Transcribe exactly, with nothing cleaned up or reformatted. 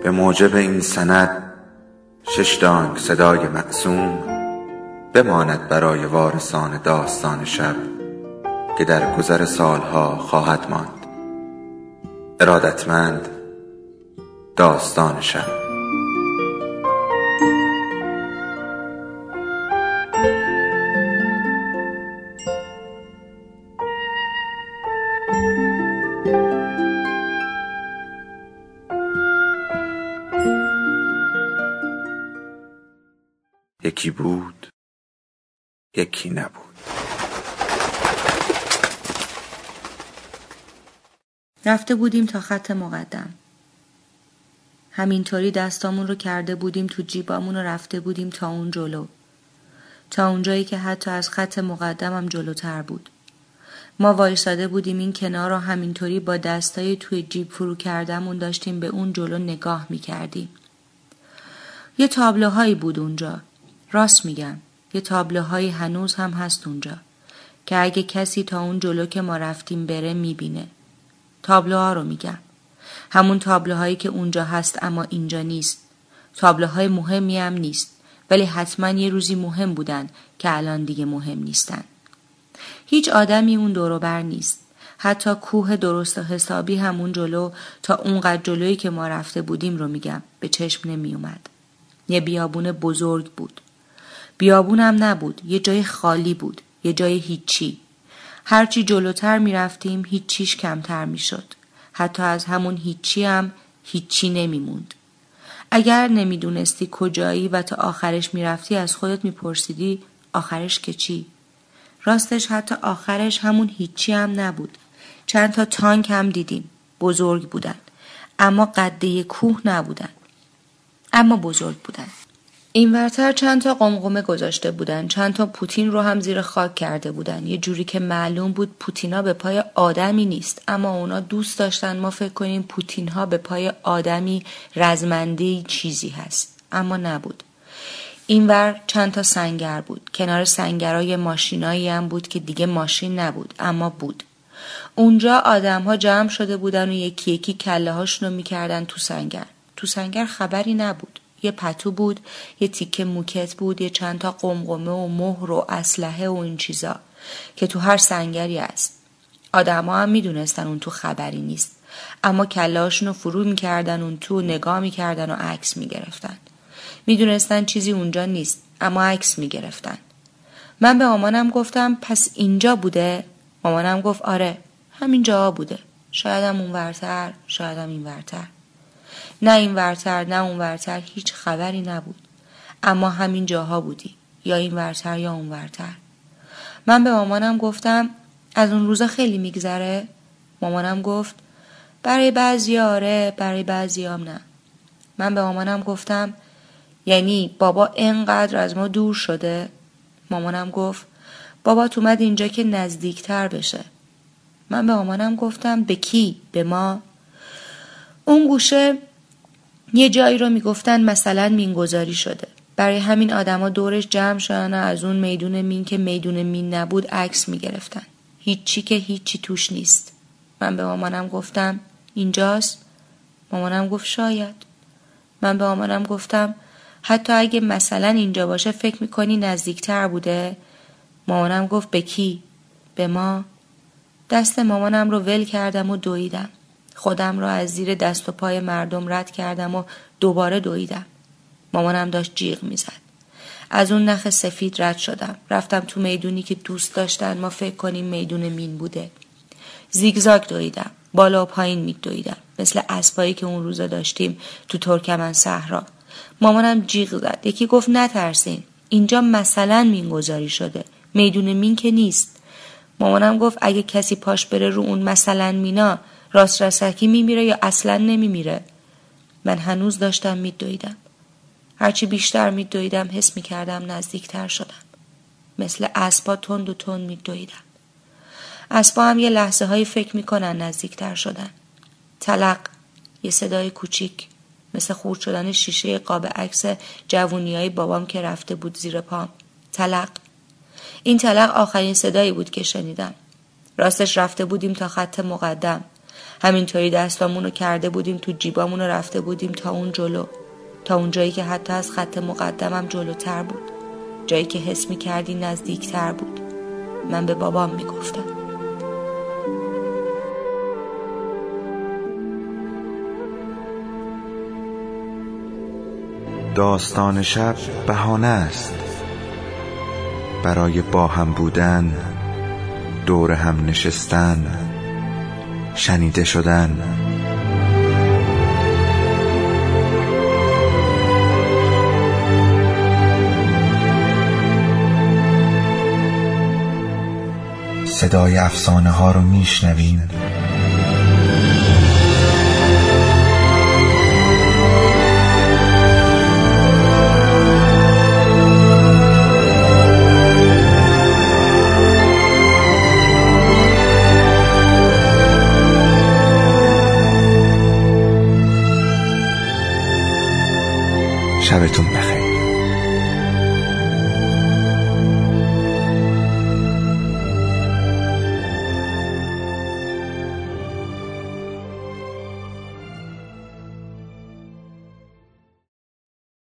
به موجب این سند شش دانگ صدای معصوم بماند برای وارثان داستان شب که در گذر سالها خواهد ماند. ارادتمند داستان شب. یکی بود، یکی نبود. رفته بودیم تا خط مقدم. همینطوری دستامون رو کرده بودیم تو جیبامون و رفته بودیم تا اون جلو. تا اونجایی که حتی از خط مقدمم جلوتر بود. ما وایساده بودیم این کنار رو همینطوری با دستای توی جیب فرو کردمون داشتیم به اون جلو نگاه میکردیم. یه تابلوهایی بود اونجا. راست میگم. یه تابلوهایی هنوز هم هست اونجا. که اگه کسی تا اون جلو که ما رفتیم بره میبینه. تابلوها رو میگم. همون تابلوهایی که اونجا هست اما اینجا نیست. تابلوهای مهمی هم نیست. ولی حتما یه روزی مهم بودن که الان دیگه مهم نیستن. هیچ آدمی اون دور و بر نیست. حتی کوه درست و حسابی همون جلو تا اونقدر جلویی که ما رفته بودیم رو میگم به چشم نمی اومد. یه بیابون بزرگ بود. بیابون هم نبود. یه جای خالی بود. یه جای هیچی. هرچی جلوتر می رفتیم هیچیش کمتر می شد. حتی از همون هیچی هم هیچی نمی موند. اگر نمی دونستی کجایی و تا آخرش می رفتی از خودت می پرسیدی آخرش که چی؟ راستش حتی آخرش همون هیچی هم نبود. چند تا تانک هم دیدیم. بزرگ بودن. اما قده کوه نبودن. اما بزرگ بودن. این ورتر چند تا قمقمه گذاشته بودن. چند تا پوتین رو هم زیر خاک کرده بودن. یه جوری که معلوم بود پوتینا به پای آدمی نیست. اما اونا دوست داشتن ما فکر کنیم پوتین ها به پای آدمی رزمنده چیزی هست. اما نبود. این ور چند تا سنگر بود. کنار سنگرای ماشینایی هم بود که دیگه ماشین نبود. اما بود. اونجا آدم ها جمع شده بودن و یکی یکی کله هاشونو میکردن تو سنگر. تو سنگر خبری نبود. یه پتو بود، یه تیکه موکت بود، یه چند تا قمقمه و مهر و اسلحه و این چیزا که تو هر سنگری هست. آدما هم میدونستن اون تو خبری نیست. اما کلهاشونو فرو میکردن اون تو، نگاه میکردن و عکس میگرفتن. میدونستن چیزی اونجا نیست، اما عکس میگرفتن. من به مامانم گفتم پس اینجا بوده؟ مامانم گفت آره، همین جا بوده. شایدم اون ورتر، شایدم این ورتر. نه این ورتر نه اون ورتر هیچ خبری نبود. اما همین جاها بودی. یا این ورتر یا اون ورتر. من به مامانم گفتم از اون روزا خیلی میگذره؟ مامانم گفت برای بعضی آره برای بعضی هم نه. من به مامانم گفتم یعنی بابا اینقدر از ما دور شده؟ مامانم گفت بابا اومد اینجا که نزدیکتر بشه. من به مامانم گفتم به کی؟ به ما؟ اون گوشه یه جایی رو میگفتن مثلا مینگذاری شده. برای همین آدما دورش جمع شدن و از اون میدون مین که میدون مین نبود عکس میگرفتن. هیچی که هیچی توش نیست. من به مامانم گفتم اینجاست؟ مامانم گفت شاید. من به مامانم گفتم حتی اگه مثلا اینجا باشه فکر میکنی نزدیکتر بوده؟ مامانم گفت به کی؟ به ما؟ دست مامانم رو ول کردم و دویدم. خودم را از زیر دست و پای مردم رد کردم و دوباره دویدم. مامانم داشت جیغ میزد. از اون نخ سفید رد شدم. رفتم تو میدونی که دوست داشتن ما فکر کنیم میدون مین بوده. زیگزاگ دویدم. بالا و پایین می دویدم. مثل اسبایی که اون روزا داشتیم تو ترکمن صحرا. مامانم جیغ زد. یکی گفت نترسین. اینجا مثلا مین گذاری شده. میدون مین که نیست. مامانم گفت اگه کسی پاش بره رو اون مثلا مینا راست رسکی میمیره یا اصلا نمیمیره. من هنوز داشتم میدویدم. هرچی بیشتر میدویدم حس میکردم نزدیکتر شدم. مثل اسبا تند و تند میدویدم. اسبا هم یه لحظه هایی فکر میکنن نزدیکتر شدن. تلق، یه صدای کوچیک مثل خورد شدن شیشه قاب عکس جوونیای بابام که رفته بود زیر پام. تلق. این تلق آخرین صدایی بود که شنیدم. راستش رفته بودیم تا خط مقدم. همینطوری دستامون رو کرده بودیم تو جیبامون رو رفته بودیم تا اون جلو، تا اون جایی که حتی از خط مقدمم جلوتر بود، جایی که حس می کردی نزدیکتر بود. من به بابام می گفتم. داستان شب بهانه است برای با هم بودن، دور هم نشستن، شنیده شدن. صدای افسانه ها رو میشنویم. شبتون بخیر.